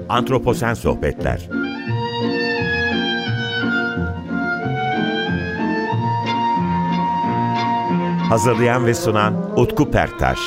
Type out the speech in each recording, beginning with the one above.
Antroposen Sohbetler. Hazırlayan ve sunan Utku Perktaş.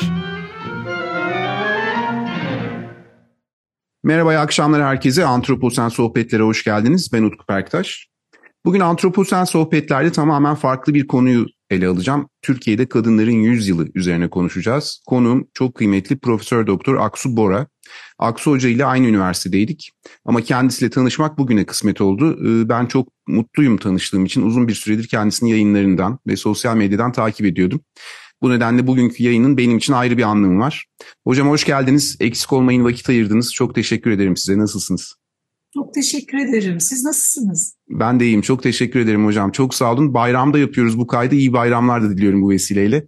Merhaba, iyi akşamlar herkese. Antroposen Sohbetlere hoş geldiniz. Ben Utku Perktaş. Bugün Antroposen Sohbetler'de tamamen farklı bir konuyu ele alacağım. Türkiye'de kadınların 100 yılı üzerine konuşacağız. Konuğum çok kıymetli Profesör Doktor Aksu Bora. Aksu Hoca ile aynı üniversitedeydik. Ama kendisiyle tanışmak bugüne kısmet oldu. Ben çok mutluyum tanıştığım için. Uzun bir süredir kendisini yayınlarından ve sosyal medyadan takip ediyordum. Bu nedenle bugünkü yayının benim için ayrı bir anlamı var. Hocam hoş geldiniz. Eksik olmayın, vakit ayırdınız. Çok teşekkür ederim size. Nasılsınız? Çok teşekkür ederim. Siz nasılsınız? Ben de iyiyim. Çok teşekkür ederim hocam. Çok sağ olun. Bayramda yapıyoruz bu kaydı. İyi bayramlar da diliyorum bu vesileyle.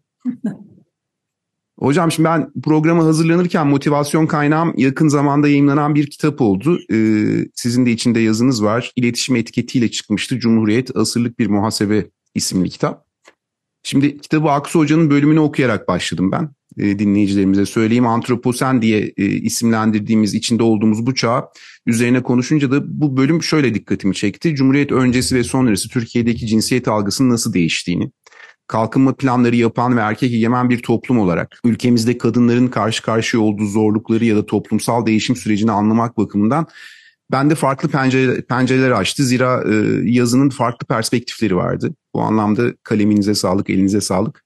Hocam şimdi ben programa hazırlanırken motivasyon kaynağım yakın zamanda yayımlanan bir kitap oldu. Sizin de içinde yazınız var. İletişim etiketiyle çıkmıştı. Cumhuriyet, Asırlık Bir Muhasebe isimli kitap. Şimdi kitabı Aksu Hoca'nın bölümünü okuyarak başladım ben. Dinleyicilerimize söyleyeyim. Antroposen diye isimlendirdiğimiz, içinde olduğumuz bu çağ üzerine konuşunca da bu bölüm şöyle dikkatimi çekti. Cumhuriyet öncesi ve sonrası Türkiye'deki cinsiyet algısının nasıl değiştiğini, kalkınma planları yapan ve erkek egemen bir toplum olarak ülkemizde kadınların karşı karşıya olduğu zorlukları ya da toplumsal değişim sürecini anlamak bakımından bende farklı pencereler açtı. Zira yazının farklı perspektifleri vardı. Bu anlamda kaleminize sağlık, elinize sağlık.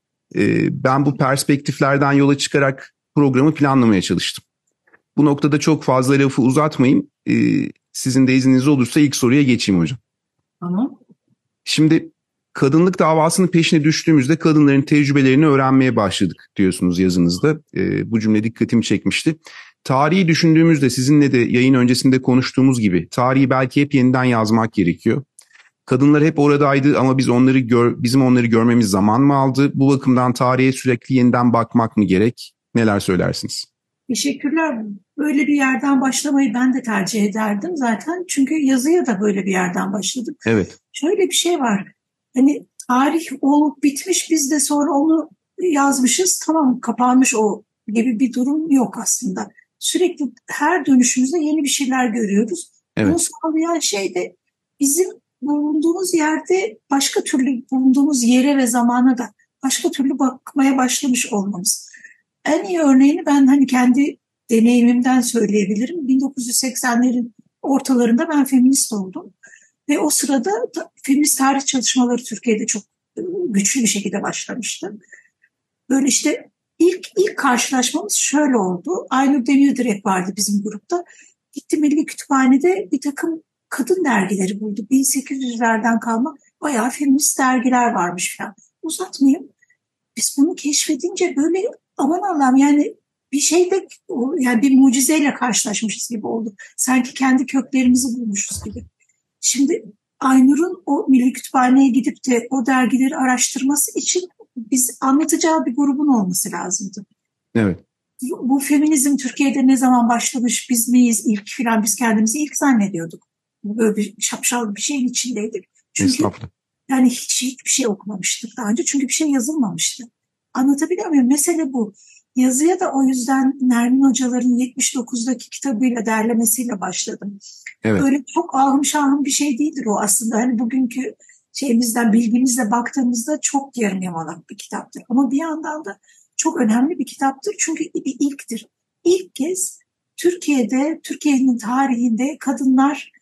Ben bu perspektiflerden yola çıkarak programı planlamaya çalıştım. Bu noktada çok fazla lafı uzatmayayım. Sizin de izniniz olursa ilk soruya geçeyim hocam. Tamam. Şimdi kadınlık davasının peşine düştüğümüzde kadınların tecrübelerini öğrenmeye başladık diyorsunuz yazınızda. Bu cümle dikkatimi çekmişti. Tarihi düşündüğümüzde sizinle de yayın öncesinde konuştuğumuz gibi tarihi belki hep yeniden yazmak gerekiyor. Kadınlar hep oradaydı ama bizim onları görmemiz zaman mı aldı? Bu bakımdan tarihe sürekli yeniden bakmak mı gerek? Neler söylersiniz? Teşekkürler. Böyle bir yerden başlamayı ben de tercih ederdim zaten. Çünkü yazıya da böyle bir yerden başladık. Evet. Şöyle bir şey var. Hani tarih olup bitmiş, biz de sonra onu yazmışız. Tamam, kapanmış o gibi bir durum yok aslında. Sürekli her dönüşümüzde yeni bir şeyler görüyoruz. Evet. Bunu sağlayan şey de bizim bulunduğumuz yerde başka türlü, bulunduğumuz yere ve zamana da başka türlü bakmaya başlamış olmamız. En iyi örneğini ben hani kendi deneyimimden söyleyebilirim. 1980'lerin ortalarında ben feminist oldum. Ve o sırada feminist tarih çalışmaları Türkiye'de çok güçlü bir şekilde başlamıştı. Böyle işte ilk karşılaşmamız şöyle oldu. Aynur Demirdirek vardı bizim grupta. Gitti Milli Kütüphane'de bir takım kadın dergileri buldu. 1800'lerden kalma bayağı feminist dergiler varmış falan. Uzatmayayım. Biz bunu keşfedince böyle aman Allah'ım, yani bir şeyde, yani bir mucizeyle karşılaşmışız gibi oldu. Sanki kendi köklerimizi bulmuşuz gibi. Şimdi Aynur'un o Milli Kütüphane'ye gidip de o dergileri araştırması için biz anlatacağı bir grubun olması lazımdı. Evet. Bu feminizm Türkiye'de ne zaman başlamış, biz miyiz ilk filan, biz kendimizi ilk zannediyorduk. Böyle bir şapşal bir şeyin içindeydik. Çünkü yani hiçbir şey okumamıştık daha önce, çünkü bir şey yazılmamıştı. Anlatabiliyor muyum? Mesele bu. Yazıya da o yüzden Nermin Hocaların 79'daki kitabıyla derlemesiyle başladım. Evet. Öyle çok ahım şahım bir şey değildir o aslında. Hani bugünkü şeyimizden, bilgimizle baktığımızda çok yarım yamalak bir kitaptır. Ama bir yandan da çok önemli bir kitaptır. Çünkü bir ilktir. İlk kez Türkiye'nin tarihinde kadınlar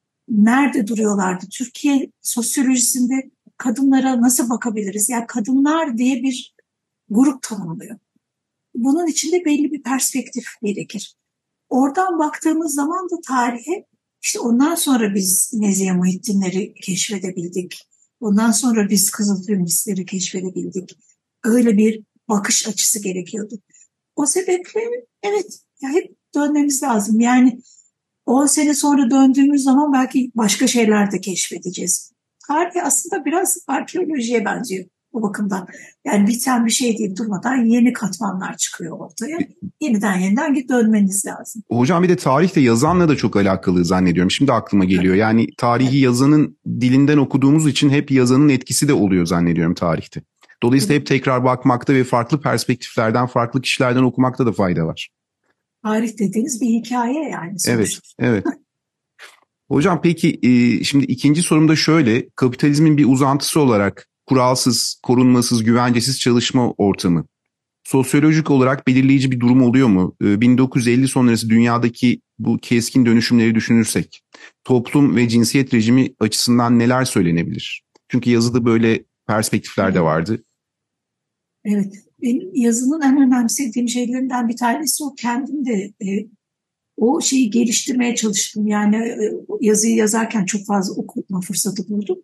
nerede duruyorlardı? Türkiye sosyolojisinde kadınlara nasıl bakabiliriz? Yani kadınlar diye bir grup tanımlıyor. Bunun içinde belli bir perspektif gerekir. Oradan baktığımız zaman da tarihe, işte ondan sonra biz Nezihe Muhittinleri keşfedebildik. Ondan sonra biz Kızıl Feministleri keşfedebildik. Öyle bir bakış açısı gerekiyordu. O sebeple evet, ya hep dönmemiz lazım. Yani 10 sene sonra döndüğümüz zaman belki başka şeyler de keşfedeceğiz. Tarih aslında biraz arkeolojiye benziyor o bakımdan. Yani biten bir şey değil, durmadan yeni katmanlar çıkıyor ortaya. Yeniden dönmeniz lazım. Hocam bir de tarihte yazanla da çok alakalı zannediyorum. Şimdi aklıma geliyor. Yani tarihi yazanın dilinden okuduğumuz için hep yazanın etkisi de oluyor zannediyorum tarihte. Dolayısıyla hep tekrar bakmakta ve farklı perspektiflerden, farklı kişilerden okumakta da fayda var. Tarih dediğiniz bir hikaye yani sonuçta. Evet, evet. Hocam peki şimdi ikinci sorum da şöyle. Kapitalizmin bir uzantısı olarak kuralsız, korunmasız, güvencesiz çalışma ortamı sosyolojik olarak belirleyici bir durum oluyor mu? 1950 sonrası dünyadaki bu keskin dönüşümleri düşünürsek toplum ve cinsiyet rejimi açısından neler söylenebilir? Çünkü yazıda böyle perspektifler de vardı. Evet, benim yazının en önemsediğim şeylerinden bir tanesi o, kendim de o şeyi geliştirmeye çalıştım. Yani yazıyı yazarken çok fazla okuma fırsatı buldum.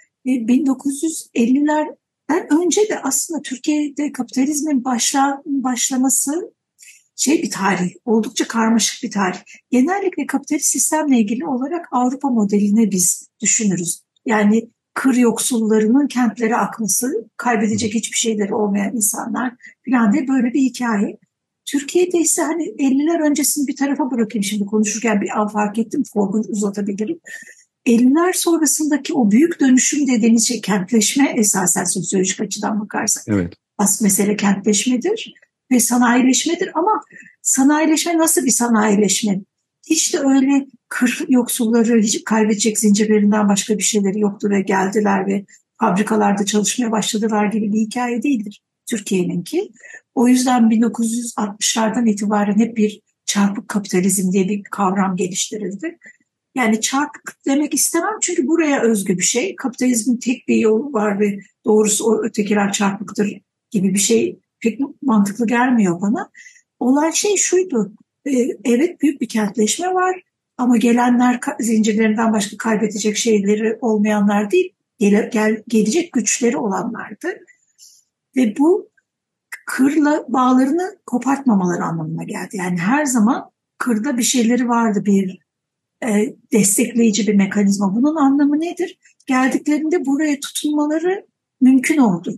1950'lerden önce de aslında Türkiye'de kapitalizmin başlaması bir tarih, oldukça karmaşık bir tarih. Genellikle kapitalist sistemle ilgili olarak Avrupa modelini biz düşünürüz. Yani kır yoksullarının kentlere akması, kaybedecek hiçbir şeyleri olmayan insanlar falan diye böyle bir hikaye. Türkiye'de ise hani 50'ler öncesini bir tarafa bırakayım, şimdi konuşurken bir an fark ettim, formu uzatabilirim. 50'ler sonrasındaki o büyük dönüşüm dediğimiz şey kentleşme, esasen sosyolojik açıdan bakarsak. Evet. Asıl mesele kentleşmedir ve sanayileşmedir, ama sanayileşme nasıl bir sanayileşme? Hiç de öyle kır yoksulları hiç kaybedecek zincirlerinden başka bir şeyleri yoktu ve geldiler ve fabrikalarda çalışmaya başladılar gibi bir hikaye değildir Türkiye'ninki. O yüzden 1960'lardan itibaren hep bir çarpık kapitalizm diye bir kavram geliştirildi. Yani çarpık demek istemem çünkü buraya özgü bir şey. Kapitalizmin tek bir yolu var ve doğrusu o, ötekiler çarpıktır gibi bir şey pek mantıklı gelmiyor bana. Olan şey şuydu. Evet, büyük bir kentleşme var ama gelenler zincirlerinden başka kaybedecek şeyleri olmayanlar değil, gelecek güçleri olanlardı. Ve bu kırla bağlarını kopartmamaları anlamına geldi. Yani her zaman kırda bir şeyleri vardı, bir destekleyici bir mekanizma. Bunun anlamı nedir? Geldiklerinde buraya tutunmaları mümkün oldu.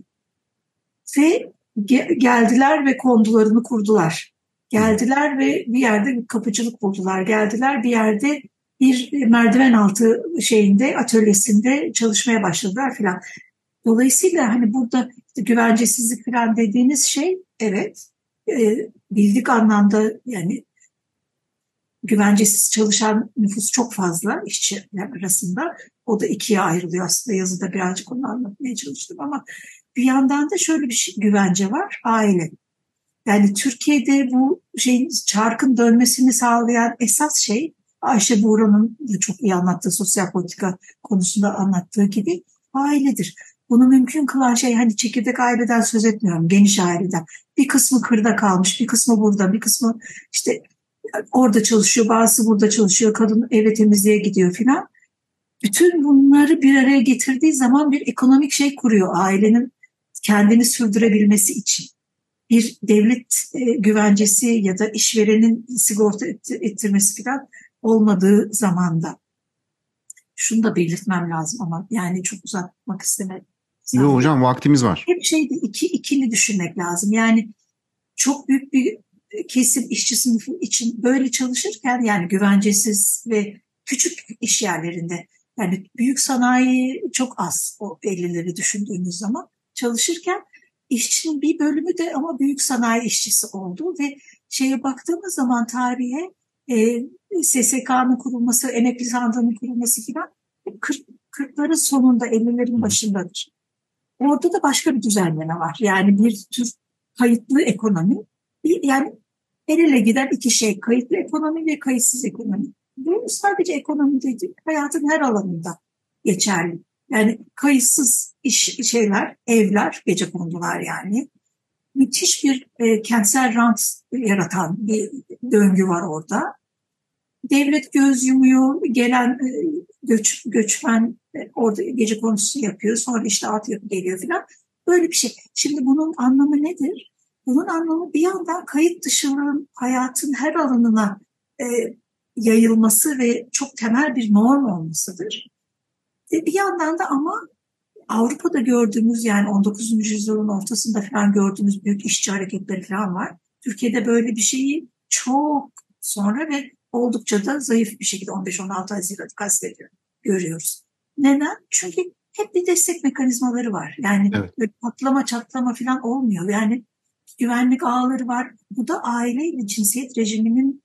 Ve geldiler ve kondularını kurdular. Geldiler ve bir yerde bir kapıcılık buldular. Geldiler bir yerde bir merdiven altı atölyesinde çalışmaya başladılar filan. Dolayısıyla hani burada güvencesizlik filan dediğiniz şey, evet, bildik anlamda yani güvencesiz çalışan nüfus çok fazla işçiler arasında. O da ikiye ayrılıyor aslında, yazıda birazcık onu anlatmaya çalıştım, ama bir yandan da şöyle bir güvence var: aile. Yani Türkiye'de bu çarkın dönmesini sağlayan esas şey, Ayşe Buğra'nın da çok iyi anlattığı, sosyal politika konusunda anlattığı gibi, ailedir. Bunu mümkün kılan şey, hani çekirdek aileden söz etmiyorum, geniş aileden. Bir kısmı kırda kalmış, bir kısmı burada, bir kısmı işte orada çalışıyor, bazısı burada çalışıyor, kadın eve temizliğe gidiyor filan. Bütün bunları bir araya getirdiği zaman bir ekonomik şey kuruyor ailenin kendini sürdürebilmesi için. Bir devlet güvencesi ya da işverenin sigorta ettirmesi falan olmadığı zamanda. Şunu da belirtmem lazım ama yani çok uzatmak istemedim. Yok hocam, vaktimiz var. Hep ikili düşünmek lazım. Yani çok büyük bir kesim işçi sınıfı için böyle çalışırken, yani güvencesiz ve küçük iş yerlerinde, yani büyük sanayi çok az o 50'leri düşündüğümüz zaman çalışırken, işçinin bir bölümü de ama büyük sanayi işçisi oldu ve baktığımız zaman tarihe, SSK'nın kurulması, emekli sandığının kurulması filan 40'ların sonunda, 50'lerin başındadır. Orada da başka bir düzenleme var. Yani bir tür kayıtlı ekonomi. Yani el ele giden iki şey: kayıtlı ekonomi ve kayıtsız ekonomi. Bu sadece ekonomi değil, hayatın her alanında geçerli. Yani kayıtsız evler, gecekondular yani. Müthiş bir kentsel rant yaratan bir döngü var orada. Devlet göz yumuyor, gelen göçmen orada gece konusu yapıyor, sonra işte altyapı geliyor falan. Böyle bir şey. Şimdi bunun anlamı nedir? Bunun anlamı bir yandan kayıt dışının hayatın her alanına e, yayılması ve çok temel bir norm olmasıdır. Bir yandan da ama Avrupa'da gördüğümüz, yani 19. yüzyılın ortasında falan gördüğümüz büyük işçi hareketleri falan var. Türkiye'de böyle bir şeyi çok sonra ve oldukça da zayıf bir şekilde 15-16 Haziran'ı kastediyorum, görüyoruz. Neden? Çünkü hep bir destek mekanizmaları var. Yani Evet. patlama çatlama falan olmuyor. Yani güvenlik ağları var. Bu da aileyle cinsiyet rejiminin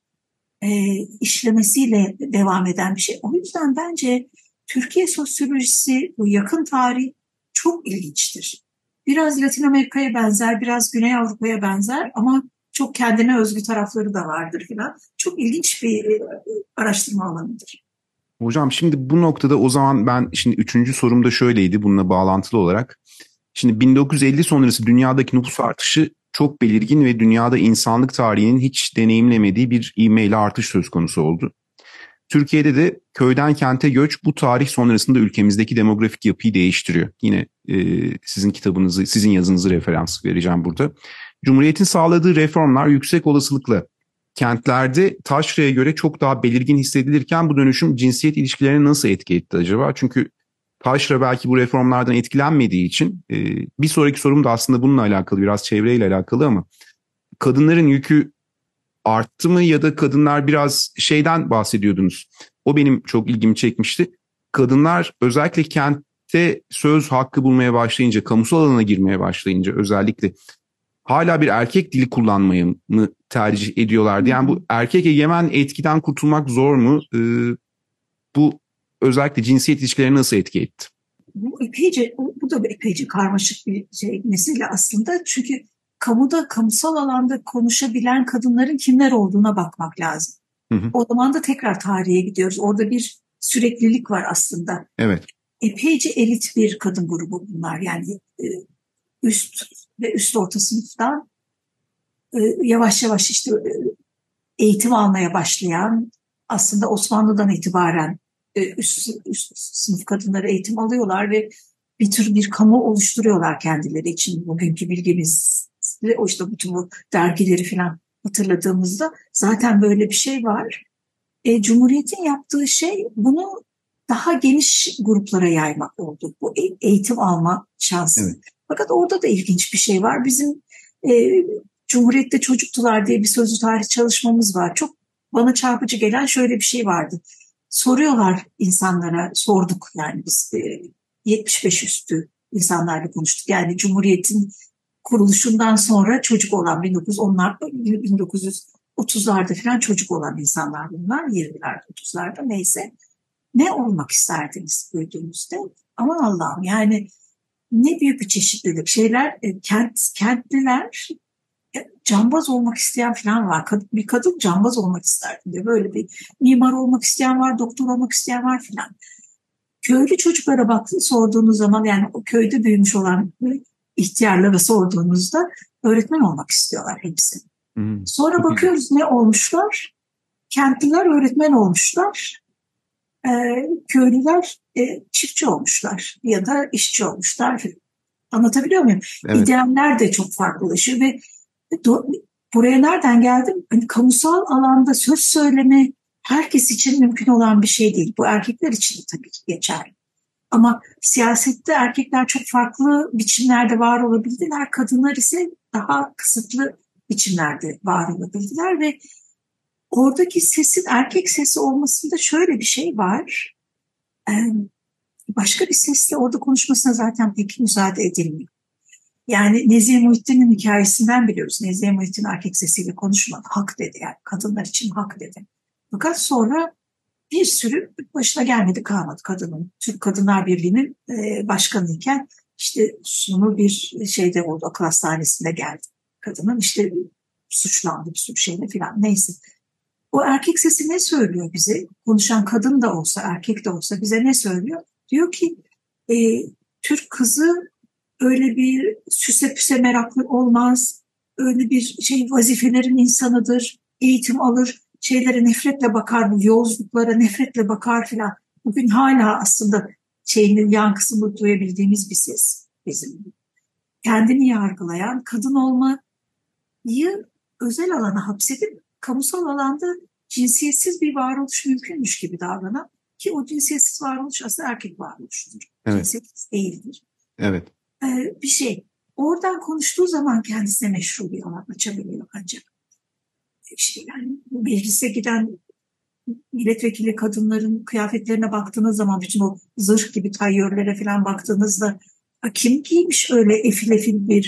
işlemesiyle devam eden bir şey. O yüzden bence Türkiye sosyolojisi, bu yakın tarih çok ilginçtir. Biraz Latin Amerika'ya benzer, biraz Güney Avrupa'ya benzer ama çok kendine özgü tarafları da vardır filan. Çok ilginç bir araştırma alanıdır. Hocam şimdi bu noktada o zaman ben şimdi üçüncü sorum da şöyleydi bununla bağlantılı olarak. Şimdi 1950 sonrası dünyadaki nüfus artışı çok belirgin ve dünyada insanlık tarihinin hiç deneyimlemediği bir ivmeyle artış söz konusu oldu. Türkiye'de de köyden kente göç bu tarih sonrasında ülkemizdeki demografik yapıyı değiştiriyor. Yine sizin kitabınızı, sizin yazınızı referans vereceğim burada. Cumhuriyetin sağladığı reformlar yüksek olasılıkla kentlerde taşraya göre çok daha belirgin hissedilirken bu dönüşüm cinsiyet ilişkilerine nasıl etki etti acaba? Çünkü taşra belki bu reformlardan etkilenmediği için bir sonraki sorum da aslında bununla alakalı, biraz çevreyle alakalı ama kadınların yükü arttı mı ya da kadınlar biraz şeyden bahsediyordunuz. O benim çok ilgimi çekmişti. Kadınlar özellikle kentte söz hakkı bulmaya başlayınca, kamusal alana girmeye başlayınca özellikle hala bir erkek dili kullanmayı mı tercih ediyorlardı? Yani bu erkek egemen etkiden kurtulmak zor mu? Bu özellikle cinsiyet ilişkileri nasıl etki etti? Bu da epeyce karmaşık bir mesele aslında. Çünkü kamusal alanda konuşabilen kadınların kimler olduğuna bakmak lazım. Hı hı. O zaman da tekrar tarihe gidiyoruz. Orada bir süreklilik var aslında. Evet. Epeyce elit bir kadın grubu bunlar. Yani üst ve üst orta sınıftan yavaş yavaş işte eğitim almaya başlayan, aslında Osmanlı'dan itibaren üst sınıf kadınları eğitim alıyorlar ve bir tür bir kamu oluşturuyorlar kendileri için. Bugünkü bilgimiz ve o işte bütün bu dergileri falan hatırladığımızda zaten böyle bir şey var. Cumhuriyet'in yaptığı şey bunu daha geniş gruplara yaymak oldu. Bu eğitim alma şansı. Evet. Fakat orada da ilginç bir şey var. Bizim Cumhuriyet'te çocuktular diye bir sözlü tarih çalışmamız var. Çok bana çarpıcı gelen şöyle bir şey vardı. Soruyorlar insanlara, sorduk yani biz 75 üstü insanlarla konuştuk. Yani Cumhuriyet'in kuruluşundan sonra çocuk olan 1930'larda falan çocuk olan insanlar bunlar. 20'lerde 30'larda neyse. Ne olmak isterdiniz büyüdüğünüzde? Aman Allah'ım yani ne büyük bir çeşitlilik. Kentliler cambaz olmak isteyen falan var. Bir kadın cambaz olmak isterdi diye. Böyle bir mimar olmak isteyen var, doktor olmak isteyen var falan. Köylü çocuklara sorduğunuz zaman yani o köyde büyümüş olan ihtiyarlara sorduğunuzda öğretmen olmak istiyorlar hepsi. Sonra bakıyoruz ne olmuşlar? Kentliler öğretmen olmuşlar. Köylüler çiftçi olmuşlar ya da işçi olmuşlar. Anlatabiliyor muyum? Evet. İdealler de çok farklılaşıyor ve buraya nereden geldim? Hani kamusal alanda söz söyleme herkes için mümkün olan bir şey değil. Bu erkekler için de tabii ki geçerli. Ama siyasette erkekler çok farklı biçimlerde var olabildiler. Kadınlar ise daha kısıtlı biçimlerde var olabildiler ve oradaki sesin erkek sesi olmasında şöyle bir şey var. Başka bir sesle orada konuşmasına zaten pek müsaade edilmiyor. Yani Nezihe Muhittin'in hikayesinden biliyoruz. Nezihe Muhittin erkek sesiyle konuşmadı. Hak dedi yani. Kadınlar için hak dedi. Fakat sonra bir sürü başına gelmedi kalmadı kadının. Türk Kadınlar Birliği'nin başkanıyken işte sunu bir şeyde oldu. Akıl hastanesinde geldi. Kadının işte suçlandı bir sürü şeyle falan. Neyse. O erkek sesi ne söylüyor bize? Konuşan kadın da olsa, erkek de olsa bize ne söylüyor? Diyor ki Türk kızı öyle bir süse püse meraklı olmaz. Öyle bir vazifelerin insanıdır. Eğitim alır. Şeylere nefretle bakar. Bu yolculuklara nefretle bakar filan. Bugün hala aslında yankısını duyabildiğimiz bir ses bizim. Kendini yargılayan, kadın olmayı özel alana hapsedip kamusal alanda cinsiyetsiz bir varoluş mümkünmüş gibi davranan, ki o cinsiyetsiz varoluş aslında erkek varoluşudur. Evet. Cinsiyetsiz değildir. Evet. Bir şey. Oradan konuştuğu zaman kendisine meşru bir alan açabiliyor ancak. İşte yani meclise giden milletvekili kadınların kıyafetlerine baktığınız zaman, bütün o zırh gibi tayyörlere falan baktığınızda kim giymiş öyle efil efil bir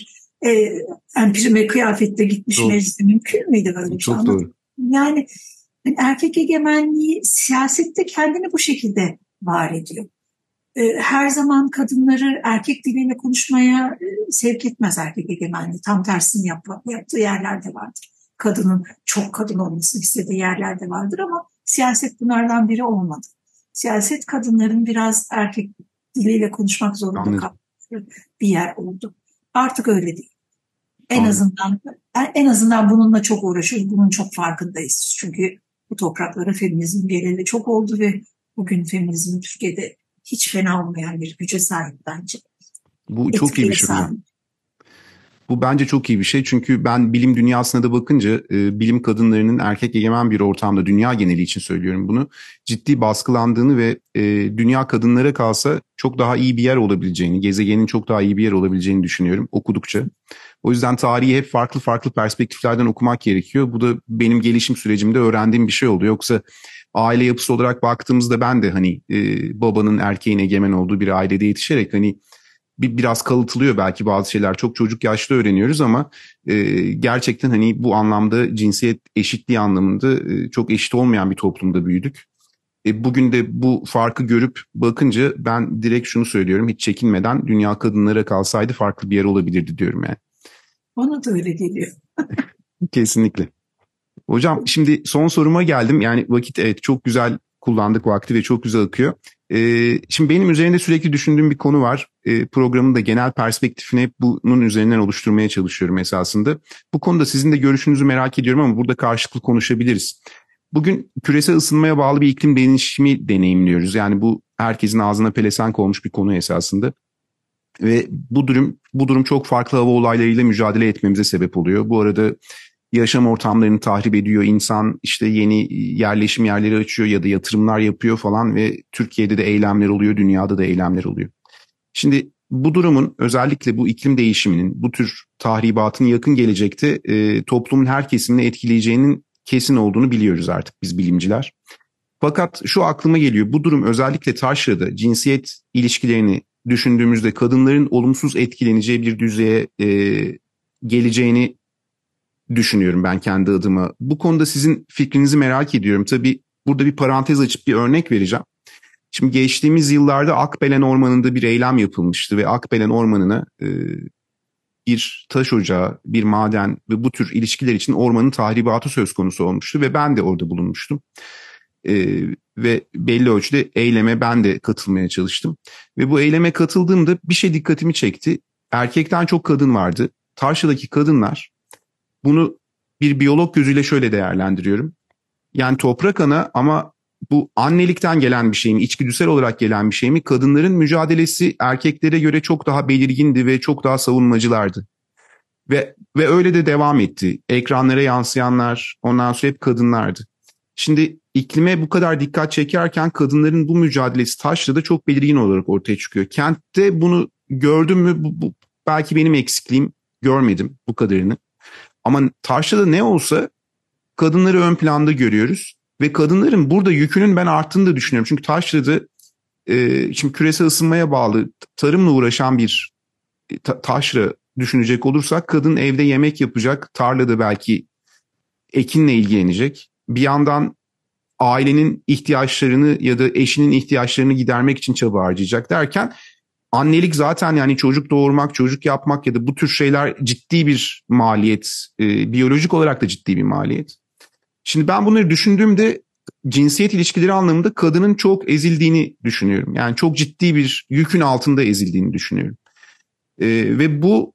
Empirime kıyafetle gitmiş Doğru. meclise mümkün müydü böyle bir şey? Çok doğru. Yani erkek egemenliği siyasette kendini bu şekilde var ediyor. Her zaman kadınları erkek diliyle konuşmaya sevk etmez erkek egemenliği. Tam tersini yaptığı yerler de vardır. Kadının çok kadın olmasını istediği yerler de vardır ama siyaset bunlardan biri olmadı. Siyaset kadınların biraz erkek diliyle konuşmak zorunda kaldığı bir yer oldu. Artık öyle değil. En azından bununla çok uğraşıyoruz. Bunun çok farkındayız. Çünkü bu topraklara feminizm geleli çok oldu ve bugün feminizm Türkiye'de hiç fena olmayan bir güce sahip bence. Bu çok iyi bir şey hocam. Bu bence çok iyi bir şey çünkü ben bilim dünyasına da bakınca bilim kadınlarının erkek egemen bir ortamda, dünya geneli için söylüyorum bunu, ciddi baskılandığını ve dünya kadınlara kalsa çok daha iyi bir yer olabileceğini, gezegenin çok daha iyi bir yer olabileceğini düşünüyorum okudukça. O yüzden tarihi hep farklı farklı perspektiflerden okumak gerekiyor. Bu da benim gelişim sürecimde öğrendiğim bir şey oldu. Yoksa aile yapısı olarak baktığımızda ben de hani babanın erkeğin egemen olduğu bir ailede yetişerek hani biraz kalıtılıyor belki bazı şeyler. Çok çocuk yaşta öğreniyoruz ama gerçekten hani bu anlamda cinsiyet eşitliği anlamında çok eşit olmayan bir toplumda büyüdük. Bugün de bu farkı görüp bakınca ben direkt şunu söylüyorum, hiç çekinmeden dünya kadınlara kalsaydı farklı bir yer olabilirdi diyorum yani. Bana da öyle geliyor. Kesinlikle. Hocam şimdi son soruma geldim. Yani vakit evet çok güzel kullandık vakti ve çok güzel akıyor. Şimdi benim üzerinde sürekli düşündüğüm bir konu var. Programın da genel perspektifini hep bunun üzerinden oluşturmaya çalışıyorum esasında. Bu konuda sizin de görüşünüzü merak ediyorum ama burada karşılıklı konuşabiliriz. Bugün küresel ısınmaya bağlı bir iklim değişimi deneyimliyoruz. Yani bu herkesin ağzına pelesenk olmuş bir konu esasında. Ve bu durum çok farklı hava olaylarıyla mücadele etmemize sebep oluyor. Bu arada yaşam ortamlarını tahrip ediyor. İnsan işte yeni yerleşim yerleri açıyor ya da yatırımlar yapıyor falan ve Türkiye'de de eylemler oluyor, dünyada da eylemler oluyor. Şimdi bu durumun özellikle bu iklim değişiminin, bu tür tahribatın yakın gelecekte toplumun her kesimini etkileyeceğinin kesin olduğunu biliyoruz artık biz bilimciler. Fakat şu aklıma geliyor, bu durum özellikle taşrada cinsiyet ilişkilerini düşündüğümüzde kadınların olumsuz etkileneceği bir düzeye geleceğini düşünüyorum ben kendi adıma. Bu konuda sizin fikrinizi merak ediyorum. Tabii burada bir parantez açıp bir örnek vereceğim. Şimdi geçtiğimiz yıllarda Akbelen Ormanı'nda bir eylem yapılmıştı ve Akbelen Ormanı'na bir taş ocağı, bir maden ve bu tür ilişkiler için ormanın tahribatı söz konusu olmuştu ve ben de orada bulunmuştum. Ve belli ölçüde eyleme ben de katılmaya çalıştım. Ve bu eyleme katıldığımda bir şey dikkatimi çekti. Erkekten çok kadın vardı. Taşra'daki kadınlar, bunu bir biyolog gözüyle şöyle değerlendiriyorum. Yani toprak ana ama bu annelikten gelen bir şey mi, içgüdüsel olarak gelen bir şey mi? Kadınların mücadelesi erkeklere göre çok daha belirgindi ve çok daha savunmacılardı. Ve öyle de devam etti. Ekranlara yansıyanlar, ondan sonra hep kadınlardı. Şimdi iklime bu kadar dikkat çekerken kadınların bu mücadelesi Taşra'da çok belirgin olarak ortaya çıkıyor. Kentte bunu gördüm mü? Bu belki benim eksikliğim, görmedim bu kadarını. Ama Taşra'da ne olsa kadınları ön planda görüyoruz. Ve kadınların burada yükünün ben arttığını da düşünüyorum. Çünkü Taşra'da şimdi küresel ısınmaya bağlı tarımla uğraşan bir taşra düşünecek olursak kadın evde yemek yapacak, tarlada belki ekinle ilgilenecek. Bir yandan ailenin ihtiyaçlarını ya da eşinin ihtiyaçlarını gidermek için çaba harcayacak derken annelik zaten yani çocuk doğurmak, çocuk yapmak ya da bu tür şeyler ciddi bir maliyet. Biyolojik olarak da ciddi bir maliyet. Şimdi ben bunları düşündüğümde cinsiyet ilişkileri anlamında kadının çok ezildiğini düşünüyorum. Yani çok ciddi bir yükün altında ezildiğini düşünüyorum. Ve bu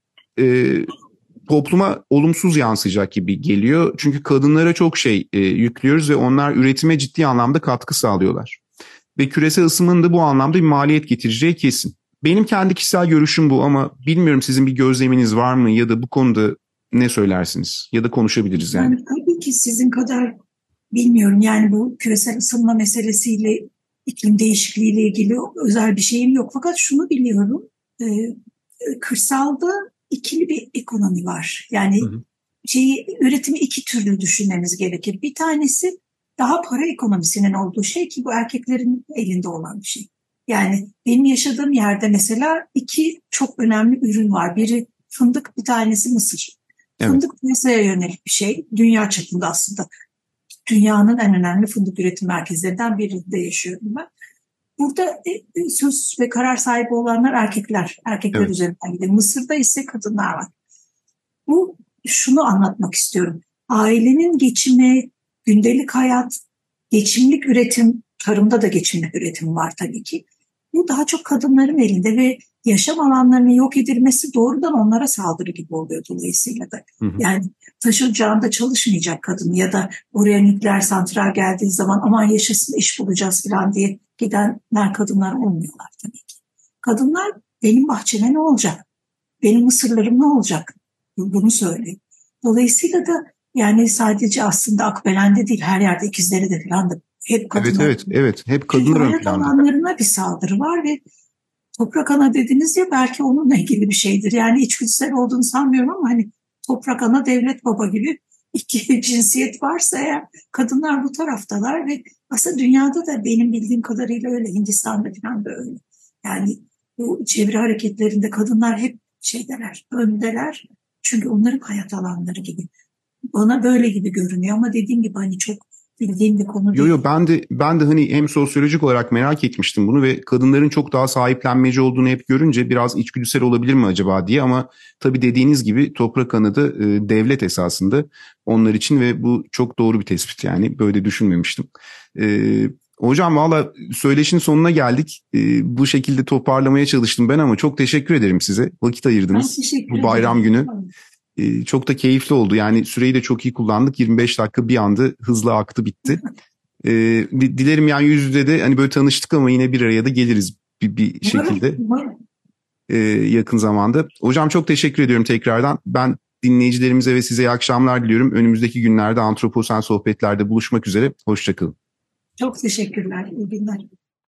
topluma olumsuz yansıyacak gibi geliyor. Çünkü kadınlara çok şey yüklüyoruz ve onlar üretime ciddi anlamda katkı sağlıyorlar. Ve küresel ısınmanın da bu anlamda bir maliyet getireceği kesin. Benim kendi kişisel görüşüm bu ama bilmiyorum sizin bir gözleminiz var mı ya da bu konuda ne söylersiniz? Ya da konuşabiliriz yani. Yani tabii ki sizin kadar bilmiyorum. Yani bu küresel ısınma meselesiyle, iklim değişikliğiyle ilgili özel bir şeyim yok. Fakat şunu biliyorum. Kırsalda ikili bir ekonomi var. Yani üretimi iki türlü düşünmemiz gerekir. Bir tanesi daha para ekonomisinin olduğu şey ki bu erkeklerin elinde olan bir şey. Yani benim yaşadığım yerde mesela iki çok önemli ürün var. Biri fındık, bir tanesi mısır. Evet. Fındık piyasaya yönelik bir şey. Dünya çapında aslında. Dünyanın en önemli fındık üretim merkezlerinden birinde yaşıyorum ben. Burada söz ve karar sahibi olanlar erkekler. Erkekler Evet. üzerinden gidiyor. Mısır'da ise kadınlar var. Bu şunu anlatmak istiyorum. Ailenin geçimi, gündelik hayat, geçimlik üretim, tarımda da geçimlik üretim var tabii ki. Bu daha çok kadınların elinde ve yaşam alanlarının yok edilmesi doğrudan onlara saldırı gibi oluyor dolayısıyla da. Hı hı. Yani taş ocağında çalışmayacak kadın ya da oraya nükleer santral geldiği zaman aman yaşasın iş bulacağız falan diye gidenler kadınlar olmuyorlar tabii ki. Kadınlar benim bahçeme ne olacak? Benim mısırlarım ne olacak? Bunu söylüyor. Dolayısıyla da yani sadece aslında Akbelen'de değil her yerde ikizleri de falan da hep kadınlar. Evet. Hep Çünkü kadınlar ön hayat planda. alanlarına bir saldırı var ve toprak ana dediniz ya belki onunla ilgili bir şeydir. Yani içgüdüsel olduğunu sanmıyorum ama hani toprak ana devlet baba gibi iki cinsiyet varsa eğer kadınlar bu taraftalar ve aslında dünyada da benim bildiğim kadarıyla öyle. Hindistan'da falan da öyle. Yani bu çevre hareketlerinde kadınlar hep şeydeler, öndeler. Çünkü onların hayat alanları gibi. Bana böyle gibi görünüyor ama dediğim gibi hani çok bildiğim bir konu değil. Yo ben de hani hem sosyolojik olarak merak etmiştim bunu ve kadınların çok daha sahiplenmeci olduğunu hep görünce biraz içgüdüsel olabilir mi acaba diye, ama tabii dediğiniz gibi toprak anadı devlet esasında onlar için ve bu çok doğru bir tespit, yani böyle düşünmemiştim. Hocam valla söyleşin sonuna geldik. Bu şekilde toparlamaya çalıştım ben ama çok teşekkür ederim size. Vakit Ben ayırdınız teşekkür bu bayram ederim. günü. Çok da keyifli oldu. Yani süreyi de çok iyi kullandık. 25 dakika bir anda hızla aktı bitti. Dilerim yani yüz yüze de hani böyle tanıştık ama yine bir araya da geliriz bir şekilde Umarım. yakın zamanda. Hocam çok teşekkür ediyorum tekrardan. Ben dinleyicilerimize ve size iyi akşamlar diliyorum. Önümüzdeki günlerde Antroposen Sohbetler'de buluşmak üzere. Hoşça kalın. Çok teşekkürler. İyi günler.